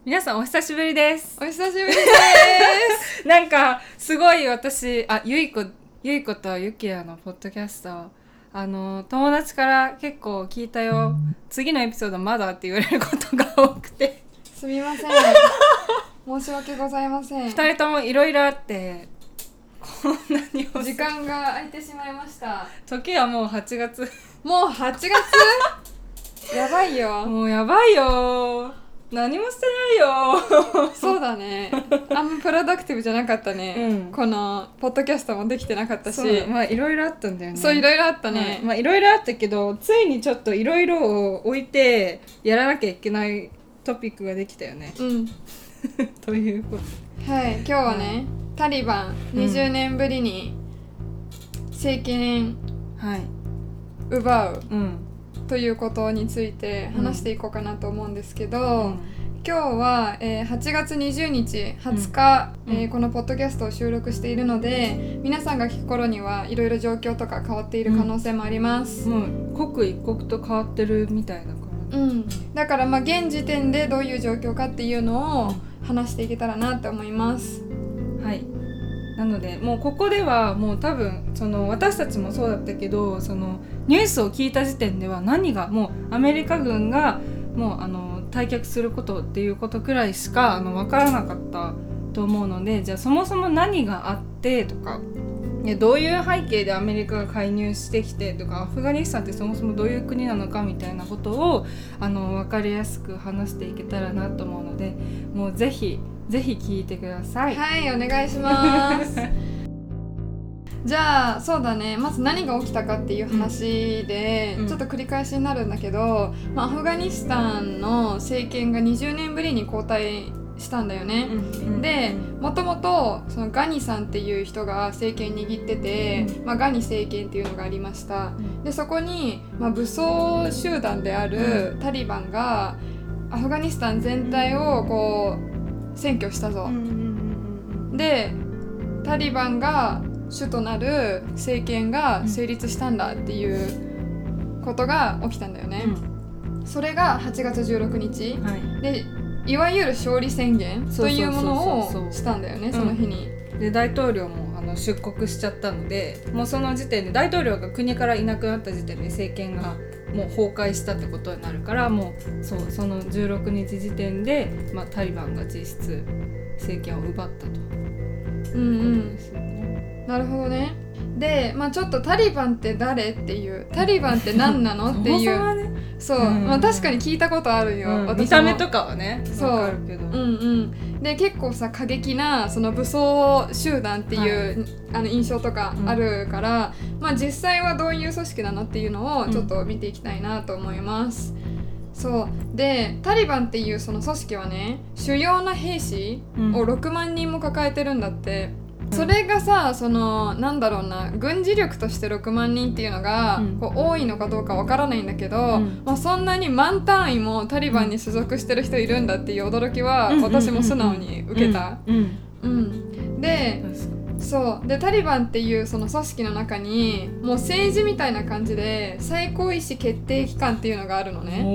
皆さんお久しぶりです。 お久しぶりですなんかすごい私ゆいことゆきやのポッドキャスト友達から結構聞いたよ、次のエピソードまだって言われることが多くてすみません申し訳ございません。 2人ともいろいろあってこんなに時間が空いてしまいました。 時はもう8月もう8月やばいよ。 もうやばいよ、何もしてないよそうだね、あんまプロダクティブじゃなかったね、 うん、 このポッドキャストもできてなかったし、 まあいろいろあったんだよね。 そういろいろあったね、 まあいろいろあったけど、ついにちょっといろいろを置いてやらなきゃいけないトピックができたよねうんということはい、今日はね、タリバン20年ぶりに政権奪う、ということについて話していこうかなと思うんですけど、今日は、8月20日20日、このポッドキャストを収録しているので、皆さんが聞く頃にはいろいろ状況とか変わっている可能性もあります、 もう刻一刻と変わってるみたいだから、 だからまあ現時点でどういう状況かっていうのを話していけたらなと思います。 はい。なのでもうここではもう多分その私たちもそうだったけど、そのニュースを聞いた時点では何がもうアメリカ軍がもう退却することっていうことくらいしか分からなかったと思うので、じゃあそもそも何があってとか、どういう背景でアメリカが介入してきてとか、アフガニスタンってそもそもどういう国なのかみたいなことを分かりやすく話していけたらなと思うので、もうぜひ聞いてください。 はい、お願いしますじゃあそうだね、まず何が起きたかっていう話で、ちょっと繰り返しになるんだけど、アフガニスタンの政権が20年ぶりに交代したんだよね、でもともとそのガニさんっていう人が政権握ってて、ガニ政権っていうのがありました、でそこに、武装集団であるタリバンがアフガニスタン全体をこう占拠したぞ、でタリバンが主となる政権が成立したんだっていうことが起きたんだよね、それが8月16日、でいわゆる勝利宣言というものをしたんだよね、その日に。 で大統領も出国しちゃったので、もうその時点で大統領が国からいなくなった時点で政権がもう崩壊したってことになるから、もうその16日時点で、タリバンが実質政権を奪ったということですよね。 なるほどね。で、ちょっとタリバンって誰っていう、タリバンって何なのっていう、ね、そう、確かに聞いたことあるよ、 見た目とかはねそう分かるけど、 で結構さ過激なその武装集団っていう、印象とかあるから、実際はどういう組織なのっていうのをちょっと見ていきたいなと思います、そうでタリバンっていうその組織はね、主要な兵士を6万人も抱えてるんだって、それがさ、そのなんだろうな、軍事力として6万人っていうのが、こう多いのかどうかわからないんだけど、そんなに万単位もタリバンに所属してる人いるんだっていう驚きは、私も素直に受けた。で、そうでタリバンっていうその組織の中にもう政治みたいな感じで最高意思決定機関っていうのがあるのね。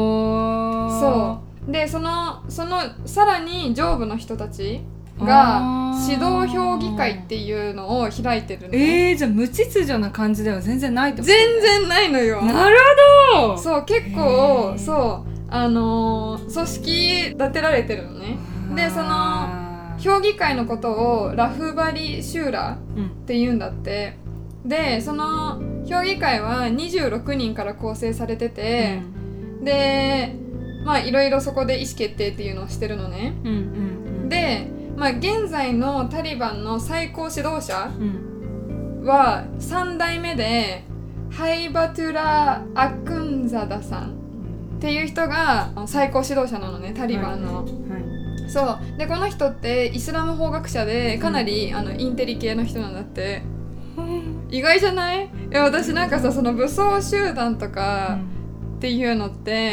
そうでそのさらに上部の人たちが指導評議会っていうのを開いてるのね。 じゃあ無秩序な感じでは全然ないってこと？ 全然ないのよ。 なるほど。 そう結構そう組織立てられてるのね。でその評議会のことをラフバリシューラって言うんだって、でその評議会は26人から構成されてて、でいろいろそこで意思決定っていうのをしてるのね、で現在のタリバンの最高指導者は3代目でハイバトゥラ・アクンザダさんっていう人が最高指導者なのね、タリバンの。そうでこの人ってイスラム法学者でかなりインテリ系の人なんだって。意外じゃない？いや私なんかさ、その武装集団とかっていうのって、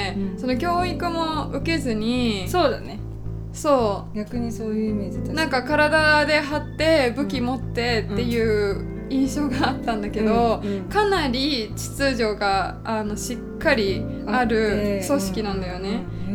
その教育も受けずに、 そうだね、 そう逆にそういうイメージ、 なんか体で張って武器持ってっていう印象があったんだけど、かなり秩序がしっかりある組織なんだよね。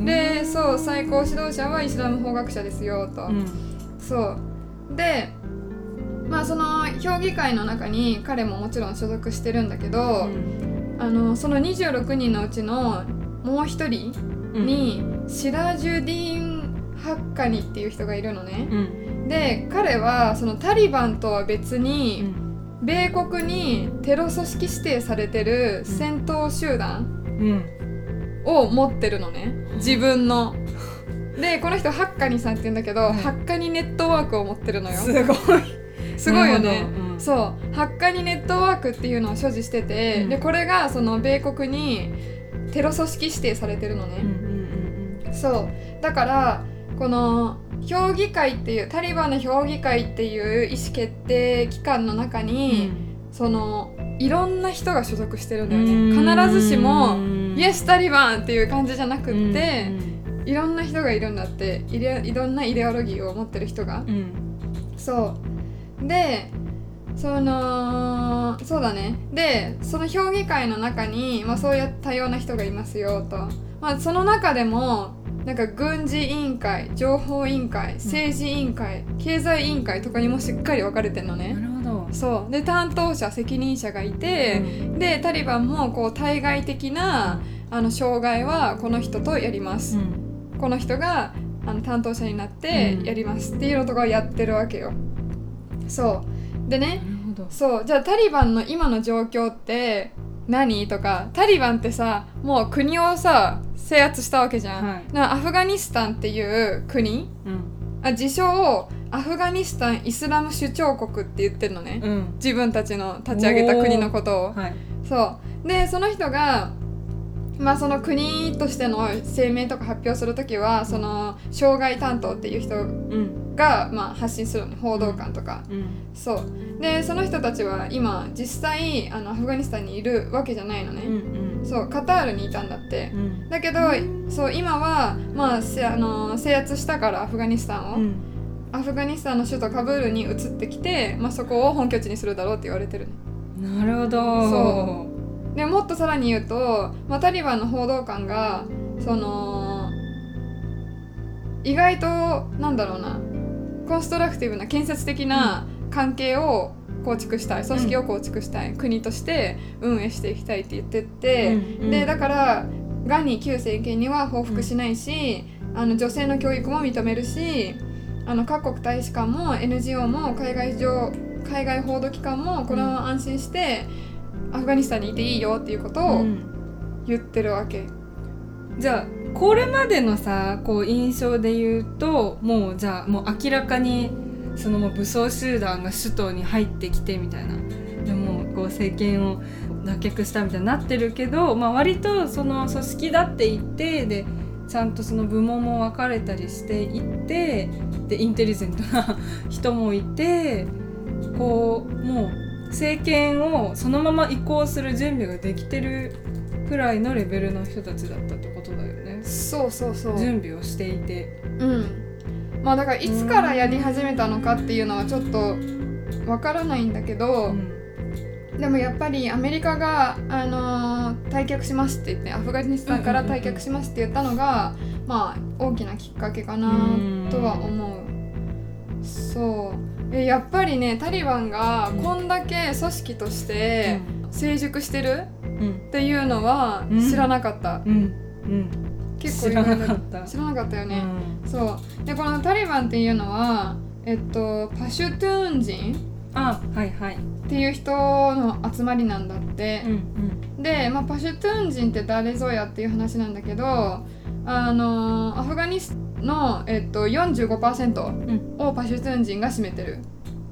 でそう最高指導者はイスラム法学者ですよと、そうでその評議会の中に彼ももちろん所属してるんだけど、その26人のうちのもう一人に、シラジュディーン・ハッカニっていう人がいるのね、で彼はそのタリバンとは別に、米国にテロ組織指定されてる戦闘集団を持ってるのね、自分の。でこの人ハッカニさんって言うんだけど、ハッカニネットワークを持ってるのよ。すごいよね、そうハッカニネットワークっていうのを所持してて、でこれがその米国にテロ組織指定されてるのね、そうだからこの評議会っていうタリバンの評議会っていう意思決定機関の中に、そのいろんな人が所属してるんだよね。必ずしもイエスタリバンっていう感じじゃなくって、いろんな人がいるんだって、いろんなイデオロギーを持ってる人が、そうでそうだね。でその評議会の中に、そういう多様な人がいますよと、その中でもなんか軍事委員会、情報委員会、政治委員会、経済委員会とかにもしっかり分かれてるのね。 なるほど。 そうで担当者、責任者がいて、でタリバンもこう対外的な障害はこの人とやります、この人が担当者になってやりますっていうのとかをやってるわけよ。そうでね、そうじゃあタリバンの今の状況って何とか、タリバンってさもう国をさ制圧したわけじゃん、アフガニスタンっていう国、自称アフガニスタンイスラム首長国って言ってるのね、自分たちの立ち上げた国のことを、そうでその人がその国としての声明とか発表するときはその障害担当っていう人が、発信するの、報道官とか、そうでその人たちは今実際アフガニスタンにいるわけじゃないのね、そうカタールにいたんだって、だけどそう今は、制圧したからアフガニスタンを、アフガニスタンの首都カブールに移ってきて、そこを本拠地にするだろうって言われてる。 なるほど。 そうでもっとさらに言うと、タリバンの報道官がその意外となんだろうな、コンストラクティブな建設的な関係を構築したい、組織を構築したい、国として運営していきたいって言ってて、でだからがんに旧政権には報復しないし、女性の教育も認めるし、各国大使館も NGO も海外報道機関もこれを安心してアフガニスタンにいていいよっていうことを言ってるわけ、 じゃあこれまでのさこう印象で言うと、もうじゃあもう明らかにそのもう武装集団が首都に入ってきてみたいな、でもこう政権を脱却したみたいになってるけど、割とその組織だって言ってでちゃんとその部門も分かれたりしていってでインテリジェントな人もいて、こうもう政権をそのまま移行する準備ができてるくらいのレベルの人たちだったってことだよね。 そう準備をしていて、 だからいつからやり始めたのかっていうのはちょっとわからないんだけど、でもやっぱりアメリカが、退却しますって言って、アフガニスタンから退却しますって言ったのが、大きなきっかけかなとは思う。そうやっぱりね、タリバンがこんだけ組織として成熟してるっていうのは知らなかった、結構知らなかったよね、そうでこのタリバンっていうのは、パシュトゥーン人っていう人の集まりなんだって、で、パシュトゥーン人って誰ぞやっていう話なんだけど、アフガニスタンの、45% をパシュトゥーン人が占めてる。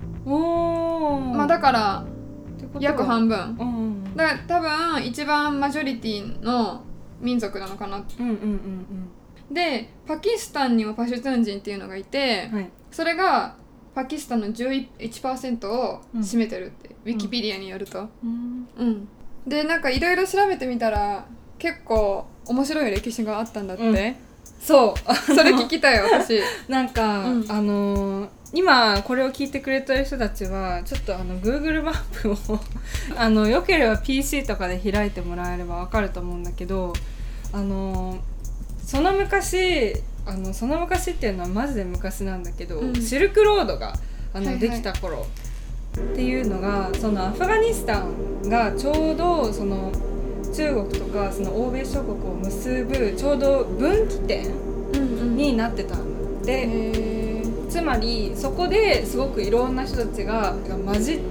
だから約半分、だから多分一番マジョリティの民族なのかな、でパキスタンにもパシュトゥーン人っていうのがいて、それがパキスタンの 11% を占めてるって、ウィキペディアによると、でなんかいろいろ調べてみたら結構面白い歴史があったんだって、そうそれ聞きたい私なんか、今これを聞いてくれてる人たちはちょっとGoogle マップをよければ PC とかで開いてもらえれば分かると思うんだけど、 その昔っていうのはマジで昔なんだけど、シルクロードができた頃っていうのが、そのアフガニスタンがちょうどその中国とかその欧米諸国を結ぶちょうど分岐点になってたんで、つまりそこですごくいろんな人たちが混じって、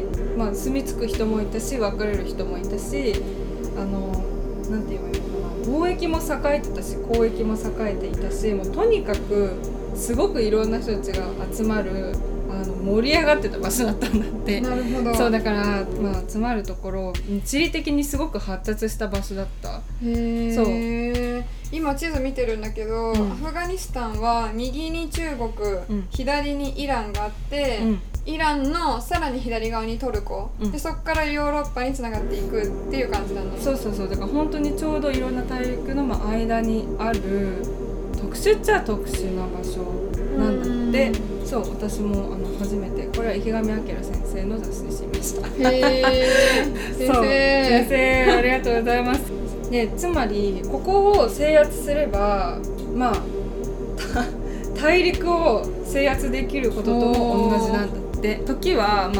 住み着く人もいたし別れる人もいたし、なんて言えばいいのかな、貿易も栄えてたし交易も栄えていたし、もうとにかくすごくいろんな人たちが集まる盛り上がってた場所だったんだって。 なるほど。 そうだから、集まるところ地理的にすごく発達した場所だった。 へそう今地図見てるんだけど、アフガニスタンは右に中国、左にイランがあって、イランのさらに左側にトルコ、でそこからヨーロッパにつながっていくっていう感じだね。 そうだから本当にちょうどいろんな大陸の間にある特殊っちゃ特殊な場所なんだって。そう、私も初めて、これは池上彰先生の雑誌で知りました。先生ありがとうございます。でつまりここを制圧すれば大陸を制圧できることとも同じなんだって。時は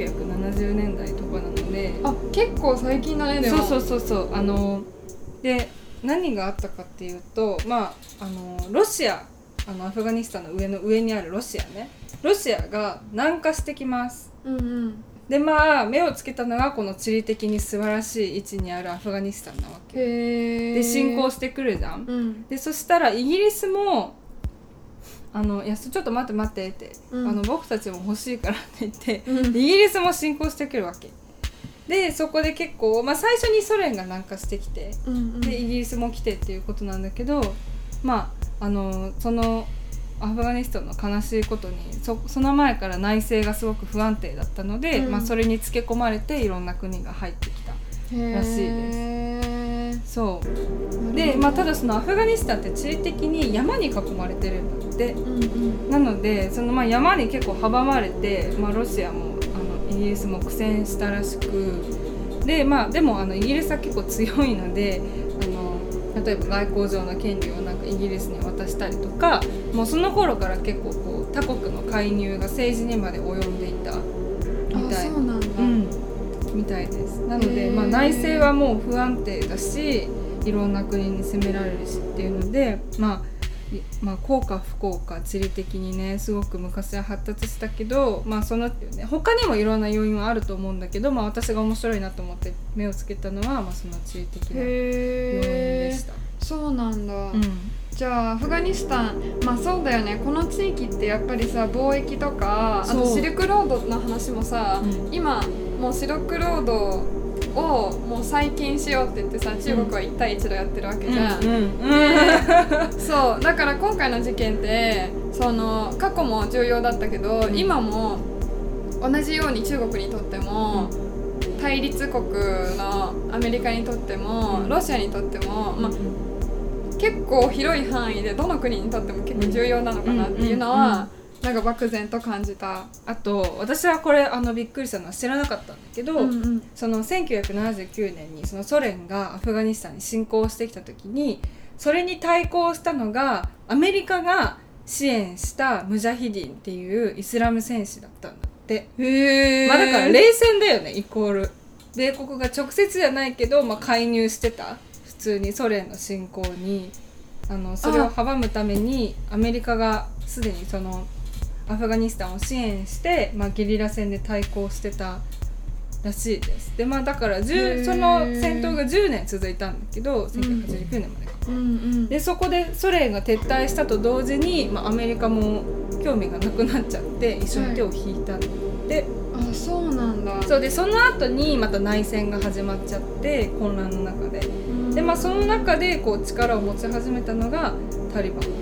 1970年代とかなので、 結構最近だね。でもそうで何があったかっていうと、ロシア、アフガニスタンの上にあるロシアが南下してきます。で目をつけたのがこの地理的に素晴らしい位置にあるアフガニスタンなわけで、侵攻してくるじゃん。でそしたらイギリスもいやちょっと待ってって、僕たちも欲しいからって言って、イギリスも侵攻してくるわけで、そこで結構、最初にソ連が南下してきて、でイギリスも来てっていうことなんだけど、そのアフガニスタンの悲しいことに その前から内政がすごく不安定だったので、それにつけ込まれていろんな国が入ってきたらしいです。そうで、ただそのアフガニスタンって地理的に山に囲まれてるんだって、なのでその山に結構阻まれて、ロシアもイギリスも苦戦したらしく、ででもイギリスは結構強いので、例えば外交上の権利をイギリスに渡したりとか、もうその頃から結構他国の介入が政治にまで及んでいたみたい。 そうなんだ。 みたいです。なので、内政はもう不安定だし、いろんな国に攻められるしっていうので、幸か不幸か地理的にねすごく昔は発達したけど、その他にもいろんな要因はあると思うんだけど、私が面白いなと思って目をつけたのは、その地理的な要因でした。 そうなんだ。じゃあアフガニスタン、そうだよね。この地域ってやっぱりさ、貿易とか、あとシルクロードの話もさ、今もうシルクロードをもう再建しようって言ってさ、中国は1対1でやってるわけじゃん。そうだから今回の事件ってその過去も重要だったけど、今も同じように中国にとっても、対立国のアメリカにとっても、ロシアにとっても、結構広い範囲でどの国にとっても結構重要なのかなっていうのは漠然と感じた。 あと私はこれびっくりしたのは知らなかったんだけど、その1979年にそのソ連がアフガニスタンに侵攻してきた時に、それに対抗したのがアメリカが支援したムジャヒディンっていうイスラム戦士だったんだって。だから冷戦だよね、イコール米国が直接じゃないけど、介入してた、普通にソ連の侵攻にそれを阻むためにアメリカがすでにそのアフガニスタンを支援して、ゲリラ戦で対抗してたらしいです。でだからその戦闘が10年続いたんだけど、1989年までか、でそこでソ連が撤退したと同時に、アメリカも興味がなくなっちゃって一緒に手を引いたんで、 そうなんだ。 そうで、その後にまた内戦が始まっちゃって混乱の中で、その中で力を持ち始めたのがタリバンだった。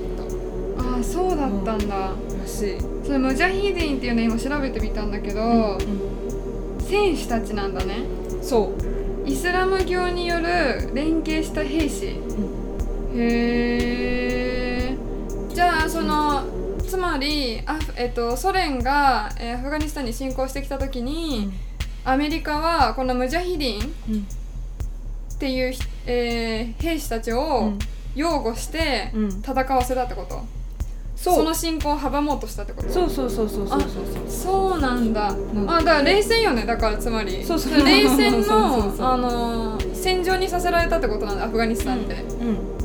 そうだったんだ、 らしい。 そのムジャヒディンっていうのを今調べてみたんだけど、戦士たちなんだね。 そうイスラム教による連携した兵士、へー。じゃあつまりソ連が、アフガニスタンに侵攻してきた時に、アメリカはこのムジャヒディンっていう、兵士たちを擁護して戦わせたってこと、その侵攻を阻もうとしたってこと。 そうそうなんだ。だから冷戦よね。だからつまり冷戦の戦場にさせられたってことなんだ、アフガニスタンって。